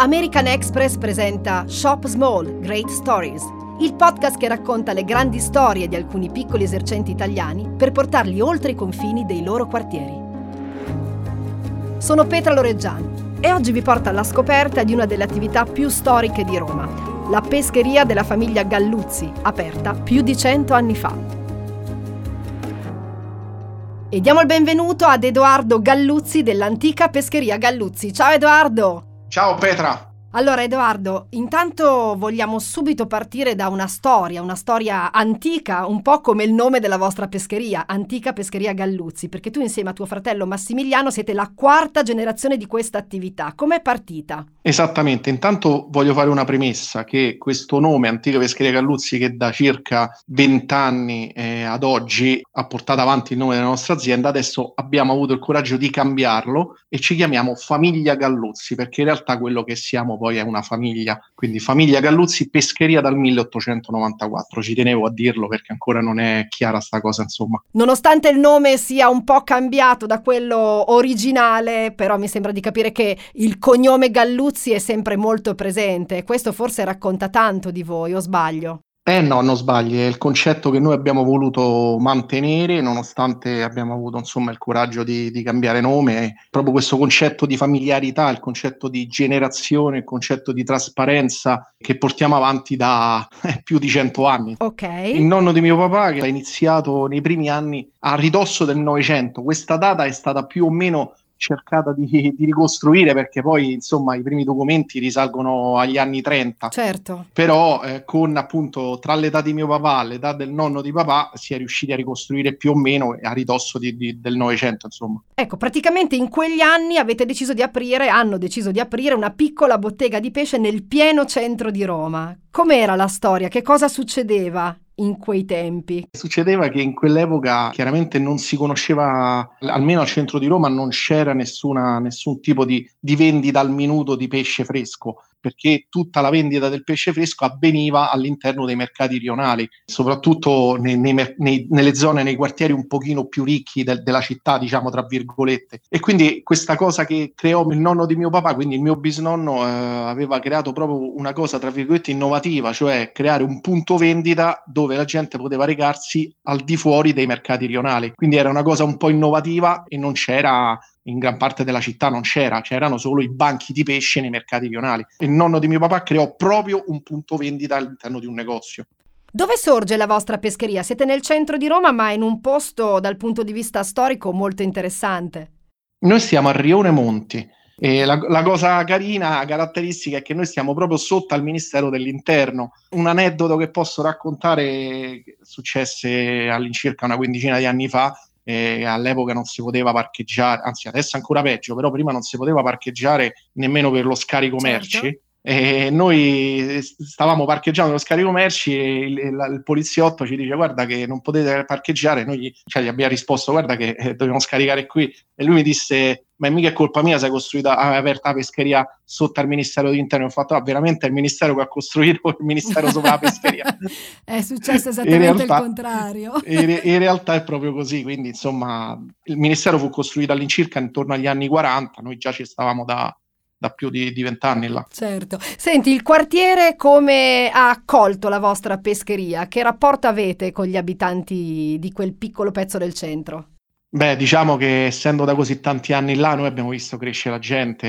American Express presenta Shop Small, Great Stories, il podcast che racconta le grandi storie di alcuni piccoli esercenti italiani per portarli oltre i confini dei loro quartieri. Sono Petra Loreggiani e oggi vi porto alla scoperta di una delle attività più storiche di Roma, la pescheria della famiglia Galluzzi, aperta più di 100 anni fa. E diamo il benvenuto ad Edoardo Galluzzi dell'antica pescheria Galluzzi. Ciao Edoardo! Ciao Petra! Allora Edoardo, intanto vogliamo subito partire da una storia antica, un po' come il nome della vostra pescheria, Antica Pescheria Galluzzi, perché tu insieme a tuo fratello Massimiliano siete la quarta generazione di questa attività. Com'è partita? Esattamente, intanto voglio fare una premessa che questo nome Antica Pescheria Galluzzi, che da circa 20 anni ad oggi ha portato avanti il nome della nostra azienda, adesso abbiamo avuto il coraggio di cambiarlo e ci chiamiamo Famiglia Galluzzi, perché in realtà quello che siamo poi è una famiglia, quindi Famiglia Galluzzi Pescheria dal 1894, ci tenevo a dirlo perché ancora non è chiara sta cosa, insomma. Nonostante il nome sia un po' cambiato da quello originale, però mi sembra di capire che il cognome Galluzzi è sempre molto presente e questo forse racconta tanto di voi, o sbaglio? No, non sbagli, è il concetto che noi abbiamo voluto mantenere nonostante abbiamo avuto insomma il coraggio di cambiare nome, è proprio questo concetto di familiarità, il concetto di generazione, il concetto di trasparenza che portiamo avanti da più di 100 anni. Ok. Il nonno di mio papà, che ha iniziato nei primi anni a ridosso del Novecento, questa data è stata più o meno cercata di ricostruire perché poi insomma i primi documenti risalgono agli anni 30. Certo. Però con appunto tra l'età di mio papà e l'età del nonno di papà si è riusciti a ricostruire più o meno a ridosso del Novecento, insomma. Ecco, praticamente in quegli anni hanno deciso di aprire una piccola bottega di pesce nel pieno centro di Roma. Com'era la storia? Che cosa succedeva in quei tempi? Succedeva che in quell'epoca chiaramente non si conosceva, almeno al centro di Roma non c'era nessun tipo di vendita al minuto di pesce fresco, perché tutta la vendita del pesce fresco avveniva all'interno dei mercati rionali, soprattutto nelle zone, nei quartieri un pochino più ricchi della città, diciamo tra virgolette. E quindi questa cosa che creò il nonno di mio papà, quindi il mio bisnonno, aveva creato proprio una cosa tra virgolette innovativa, cioè creare un punto vendita dove la gente poteva recarsi al di fuori dei mercati rionali. Quindi era una cosa un po' innovativa e non c'era in gran parte della città, c'erano solo i banchi di pesce nei mercati rionali. Il nonno di mio papà creò proprio un punto vendita all'interno di un negozio. Dove sorge la vostra pescheria? Siete nel centro di Roma, ma in un posto dal punto di vista storico molto interessante. Noi stiamo a Rione Monti. E la cosa carina, caratteristica, è che noi stiamo proprio sotto al Ministero dell'Interno. Un aneddoto che posso raccontare successe all'incirca una quindicina di anni fa. All'epoca non si poteva parcheggiare, anzi adesso è ancora peggio, però prima non si poteva parcheggiare nemmeno per lo scarico merci. Certo. E noi stavamo parcheggiando lo scarico merci e il poliziotto ci dice: guarda che non potete parcheggiare. Noi gli abbiamo risposto: guarda che dobbiamo scaricare qui. E lui mi disse: ma mica è colpa mia se hai aperta la pescheria sotto al Ministero dell'Interno. Ho fatto: veramente è il Ministero che ha costruito il Ministero sopra la pescheria. È successo esattamente il contrario. In realtà è proprio così. Quindi insomma il Ministero fu costruito all'incirca intorno agli anni 40, noi già ci stavamo da più di 20 anni là. Certo. Senti, il quartiere come ha accolto la vostra pescheria? Che rapporto avete con gli abitanti di quel piccolo pezzo del centro? Beh, diciamo che essendo da così tanti anni là, noi abbiamo visto crescere la gente,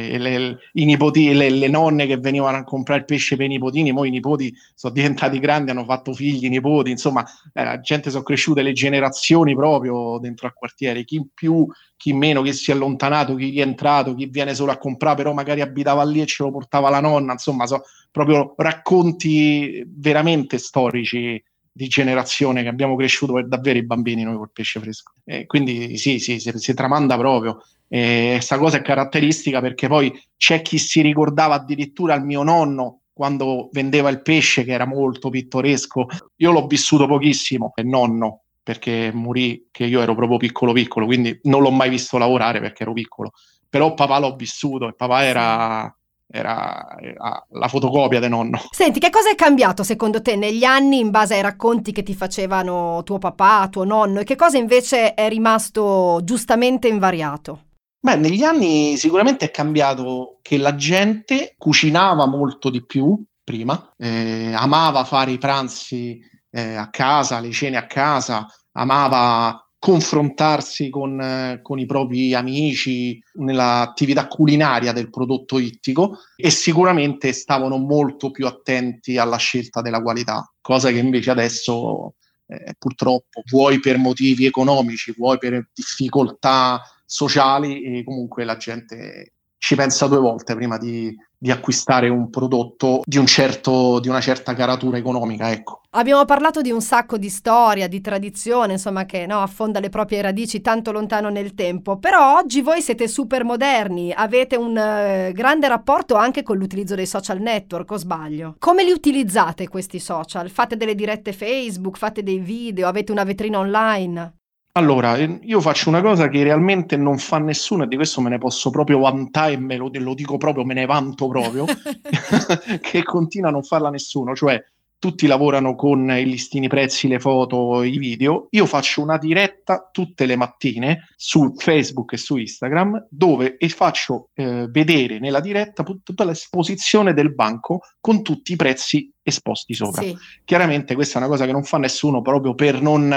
i nipoti, le nonne che venivano a comprare il pesce per i nipotini, poi i nipoti sono diventati grandi, hanno fatto figli, nipoti, insomma, la gente sono cresciute le generazioni proprio dentro al quartiere, chi più, chi meno, chi si è allontanato, chi è entrato, chi viene solo a comprare, però magari abitava lì e ce lo portava la nonna, insomma, sono proprio racconti veramente storici di generazione che abbiamo cresciuto per davvero i bambini noi col pesce fresco. Quindi sì, si tramanda proprio. Questa cosa è caratteristica perché poi c'è chi si ricordava addirittura il mio nonno quando vendeva il pesce, che era molto pittoresco. Io l'ho vissuto pochissimo, il nonno, perché morì che io ero proprio piccolo, quindi non l'ho mai visto lavorare perché ero piccolo. Però papà l'ho vissuto e papà era la fotocopia di nonno. Senti, che cosa è cambiato secondo te negli anni in base ai racconti che ti facevano tuo papà, tuo nonno, e che cosa invece è rimasto giustamente invariato? Beh, negli anni sicuramente è cambiato che la gente cucinava molto di più prima, amava fare i pranzi a casa, le cene a casa, amava confrontarsi con i propri amici nell'attività culinaria del prodotto ittico e sicuramente stavano molto più attenti alla scelta della qualità, cosa che invece adesso purtroppo, vuoi per motivi economici, vuoi per difficoltà sociali, e comunque la gente ci pensa due volte prima di acquistare un prodotto di una certa caratura economica, ecco. Abbiamo parlato di un sacco di storia, di tradizione, insomma, che no, affonda le proprie radici tanto lontano nel tempo, però oggi voi siete super moderni, avete un grande rapporto anche con l'utilizzo dei social network, o sbaglio? Come li utilizzate questi social? Fate delle dirette Facebook, fate dei video, avete una vetrina online? Allora, io faccio una cosa che realmente non fa nessuno e di questo me ne posso proprio vantare e lo dico proprio, me ne vanto proprio, che continua a non farla nessuno, cioè tutti lavorano con i listini prezzi, le foto, i video. Io faccio una diretta tutte le mattine su Facebook e su Instagram dove faccio vedere nella diretta tutta l'esposizione del banco con tutti i prezzi esposti sopra. Sì. Chiaramente questa è una cosa che non fa nessuno proprio per non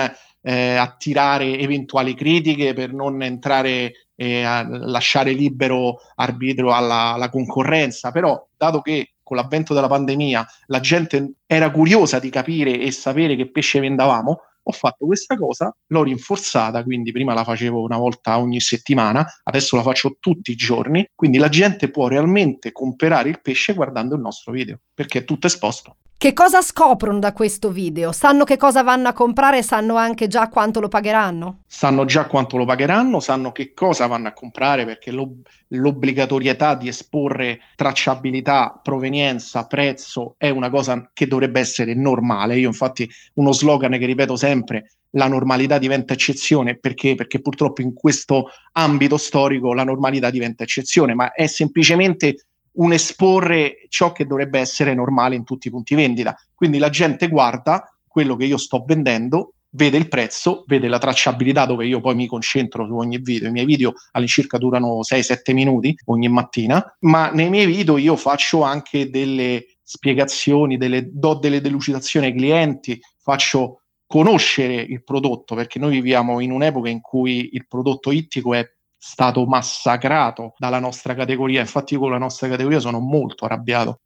attirare eventuali critiche, per non entrare a lasciare libero arbitrio alla concorrenza, però dato che con l'avvento della pandemia la gente era curiosa di capire e sapere che pesce vendavamo, ho fatto questa cosa, l'ho rinforzata, quindi prima la facevo una volta ogni settimana, adesso la faccio tutti i giorni, quindi la gente può realmente comprare il pesce guardando il nostro video, perché è tutto esposto. Che cosa scoprono da questo video? Sanno che cosa vanno a comprare e sanno anche già quanto lo pagheranno? Sanno già quanto lo pagheranno, sanno che cosa vanno a comprare, perché l'obbligatorietà di esporre tracciabilità, provenienza, prezzo è una cosa che dovrebbe essere normale. Io infatti uno slogan che ripeto sempre: la normalità diventa eccezione, perché purtroppo in questo ambito storico la normalità diventa eccezione, ma è semplicemente un esporre ciò che dovrebbe essere normale in tutti i punti vendita. Quindi la gente guarda quello che io sto vendendo, vede il prezzo, vede la tracciabilità, dove io poi mi concentro su ogni video. I miei video all'incirca durano 6-7 minuti ogni mattina, ma nei miei video io faccio anche delle spiegazioni, do delle delucidazioni ai clienti, faccio conoscere il prodotto, perché noi viviamo in un'epoca in cui il prodotto ittico è stato massacrato dalla nostra categoria. Infatti io con la nostra categoria sono molto arrabbiato,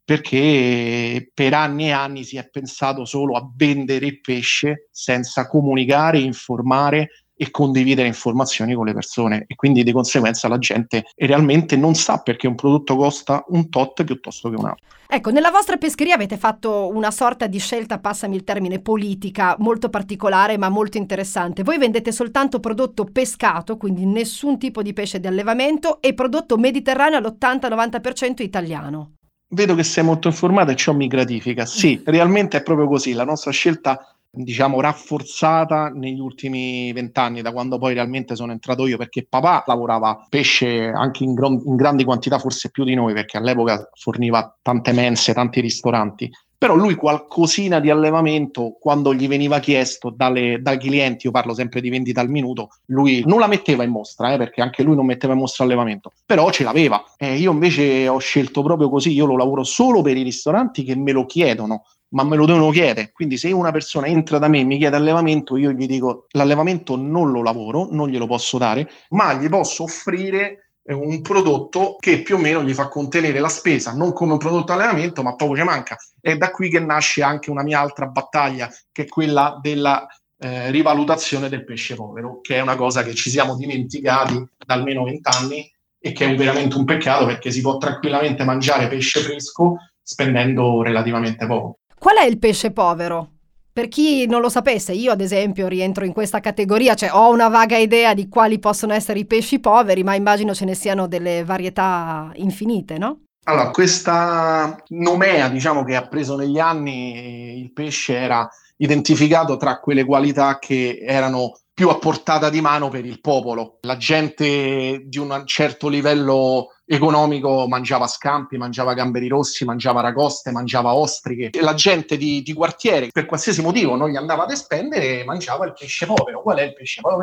perché per anni e anni si è pensato solo a vendere il pesce senza comunicare, informare e condividere informazioni con le persone, e quindi di conseguenza la gente realmente non sa perché un prodotto costa un tot piuttosto che un altro. Ecco, nella vostra pescheria avete fatto una sorta di scelta, passami il termine, politica, molto particolare ma molto interessante. Voi vendete soltanto prodotto pescato, quindi nessun tipo di pesce di allevamento, e prodotto mediterraneo all'80-90% italiano. Vedo che sei molto informata e ciò mi gratifica. Sì, realmente è proprio così. La nostra scelta, diciamo, rafforzata negli ultimi 20 anni, da quando poi realmente sono entrato io, perché papà lavorava pesce anche in grandi quantità, forse più di noi, perché all'epoca forniva tante mense, tanti ristoranti. Però lui qualcosina di allevamento, quando gli veniva chiesto dai clienti, io parlo sempre di vendita al minuto, lui non la metteva in mostra, perché anche lui non metteva in mostra allevamento, però ce l'aveva. Io invece ho scelto proprio così, io lo lavoro solo per i ristoranti che me lo chiedono, ma me lo devono chiedere. Quindi se una persona entra da me e mi chiede allevamento, io gli dico: l'allevamento non lo lavoro, non glielo posso dare, ma gli posso offrire un prodotto che più o meno gli fa contenere la spesa, non come un prodotto allevamento, ma poco ci manca. È da qui che nasce anche una mia altra battaglia, che è quella della rivalutazione del pesce povero, che è una cosa che ci siamo dimenticati da almeno 20 anni e che è veramente un peccato, perché si può tranquillamente mangiare pesce fresco spendendo relativamente poco. Qual è il pesce povero? Per chi non lo sapesse, io ad esempio rientro in questa categoria, cioè ho una vaga idea di quali possono essere i pesci poveri, ma immagino ce ne siano delle varietà infinite, no? Allora, questa nomea, diciamo, che ha preso negli anni, il pesce era identificato tra quelle qualità che erano più a portata di mano per il popolo. La gente di un certo livello economico mangiava scampi, mangiava gamberi rossi, mangiava aragoste, mangiava ostriche. E la gente di quartiere, per qualsiasi motivo, non gli andava ad espendere, mangiava il pesce povero. Qual è il pesce povero?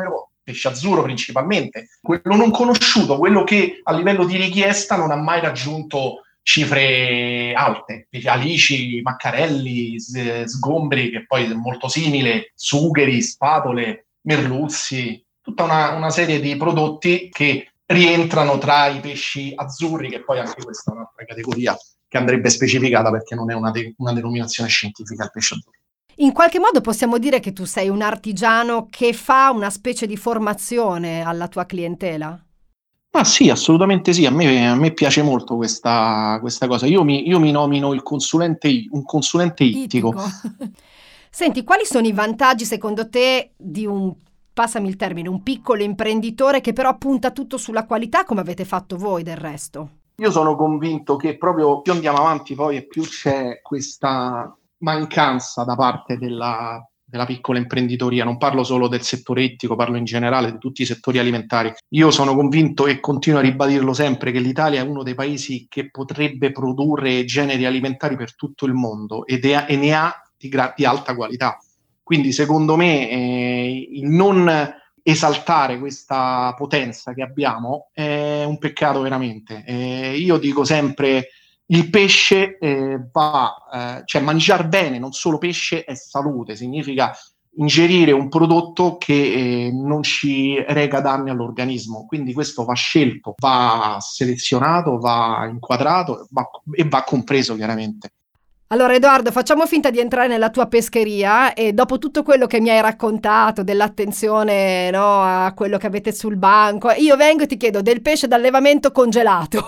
pesce azzurro principalmente, quello non conosciuto, quello che a livello di richiesta non ha mai raggiunto cifre alte, alici, maccarelli, sgombri, che poi è molto simile, sugheri, spatole, merluzzi, tutta una serie di prodotti che rientrano tra i pesci azzurri, che poi anche questa è un'altra categoria che andrebbe specificata perché non è una denominazione scientifica il pesce azzurro. In qualche modo possiamo dire che tu sei un artigiano che fa una specie di formazione alla tua clientela? Ah sì, assolutamente sì, a me piace molto questa cosa. Io mi nomino un consulente ittico. Senti, quali sono i vantaggi secondo te di passami il termine, un piccolo imprenditore che però punta tutto sulla qualità come avete fatto voi del resto? Io sono convinto che proprio più andiamo avanti poi e più c'è questa mancanza da parte della piccola imprenditoria. Non parlo solo del settore ittico, parlo in generale di tutti i settori alimentari. Io sono convinto e continuo a ribadirlo sempre che l'Italia è uno dei paesi che potrebbe produrre generi alimentari per tutto il mondo e ne ha di alta qualità. Quindi secondo me il non esaltare questa potenza che abbiamo è un peccato veramente. Io dico sempre il pesce cioè mangiare bene, non solo pesce, è salute, significa ingerire un prodotto che non ci reca danni all'organismo, quindi questo va scelto, va selezionato, va inquadrato e va compreso chiaramente. Allora Edoardo, facciamo finta di entrare nella tua pescheria e dopo tutto quello che mi hai raccontato, dell'attenzione, no, a quello che avete sul banco, io vengo e ti chiedo del pesce d'allevamento congelato.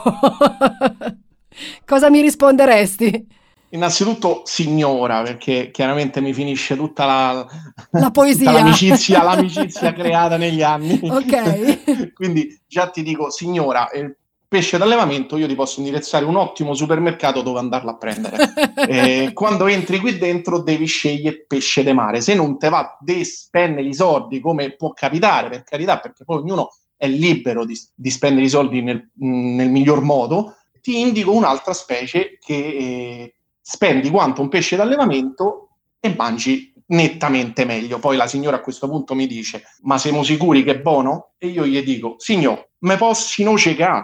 Cosa mi risponderesti? Innanzitutto signora, perché chiaramente mi finisce tutta la poesia, tutta l'amicizia creata negli anni. Ok. Quindi già ti dico signora, pesce d'allevamento, io ti posso indirizzare un ottimo supermercato dove andarlo a prendere. Quando entri qui dentro devi scegliere pesce de mare, se non te va devi spendere i soldi, come può capitare, per carità, perché poi ognuno è libero di spendere i soldi nel miglior modo. Ti indico un'altra specie che spendi quanto un pesce d'allevamento e mangi nettamente meglio. Poi la signora a questo punto mi dice: ma siamo sicuri che è buono? E io gli dico: signor, me possi no cecà.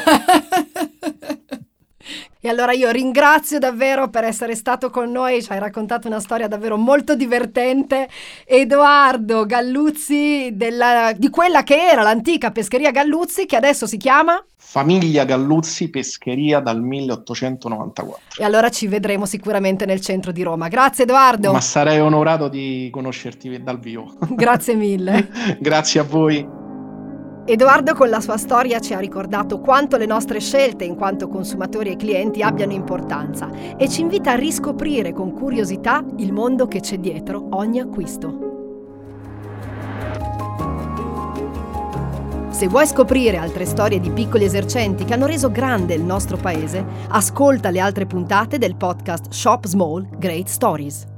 E allora io ringrazio davvero per essere stato con noi, ci hai raccontato una storia davvero molto divertente. Edoardo Galluzzi di quella che era l'antica Pescheria Galluzzi, che adesso si chiama? Famiglia Galluzzi Pescheria dal 1894. E allora ci vedremo sicuramente nel centro di Roma. Grazie Edoardo. Ma sarei onorato di conoscerti dal vivo. Grazie mille. Grazie a voi. Edoardo con la sua storia ci ha ricordato quanto le nostre scelte in quanto consumatori e clienti abbiano importanza e ci invita a riscoprire con curiosità il mondo che c'è dietro ogni acquisto. Se vuoi scoprire altre storie di piccoli esercenti che hanno reso grande il nostro paese, ascolta le altre puntate del podcast Shop Small Great Stories.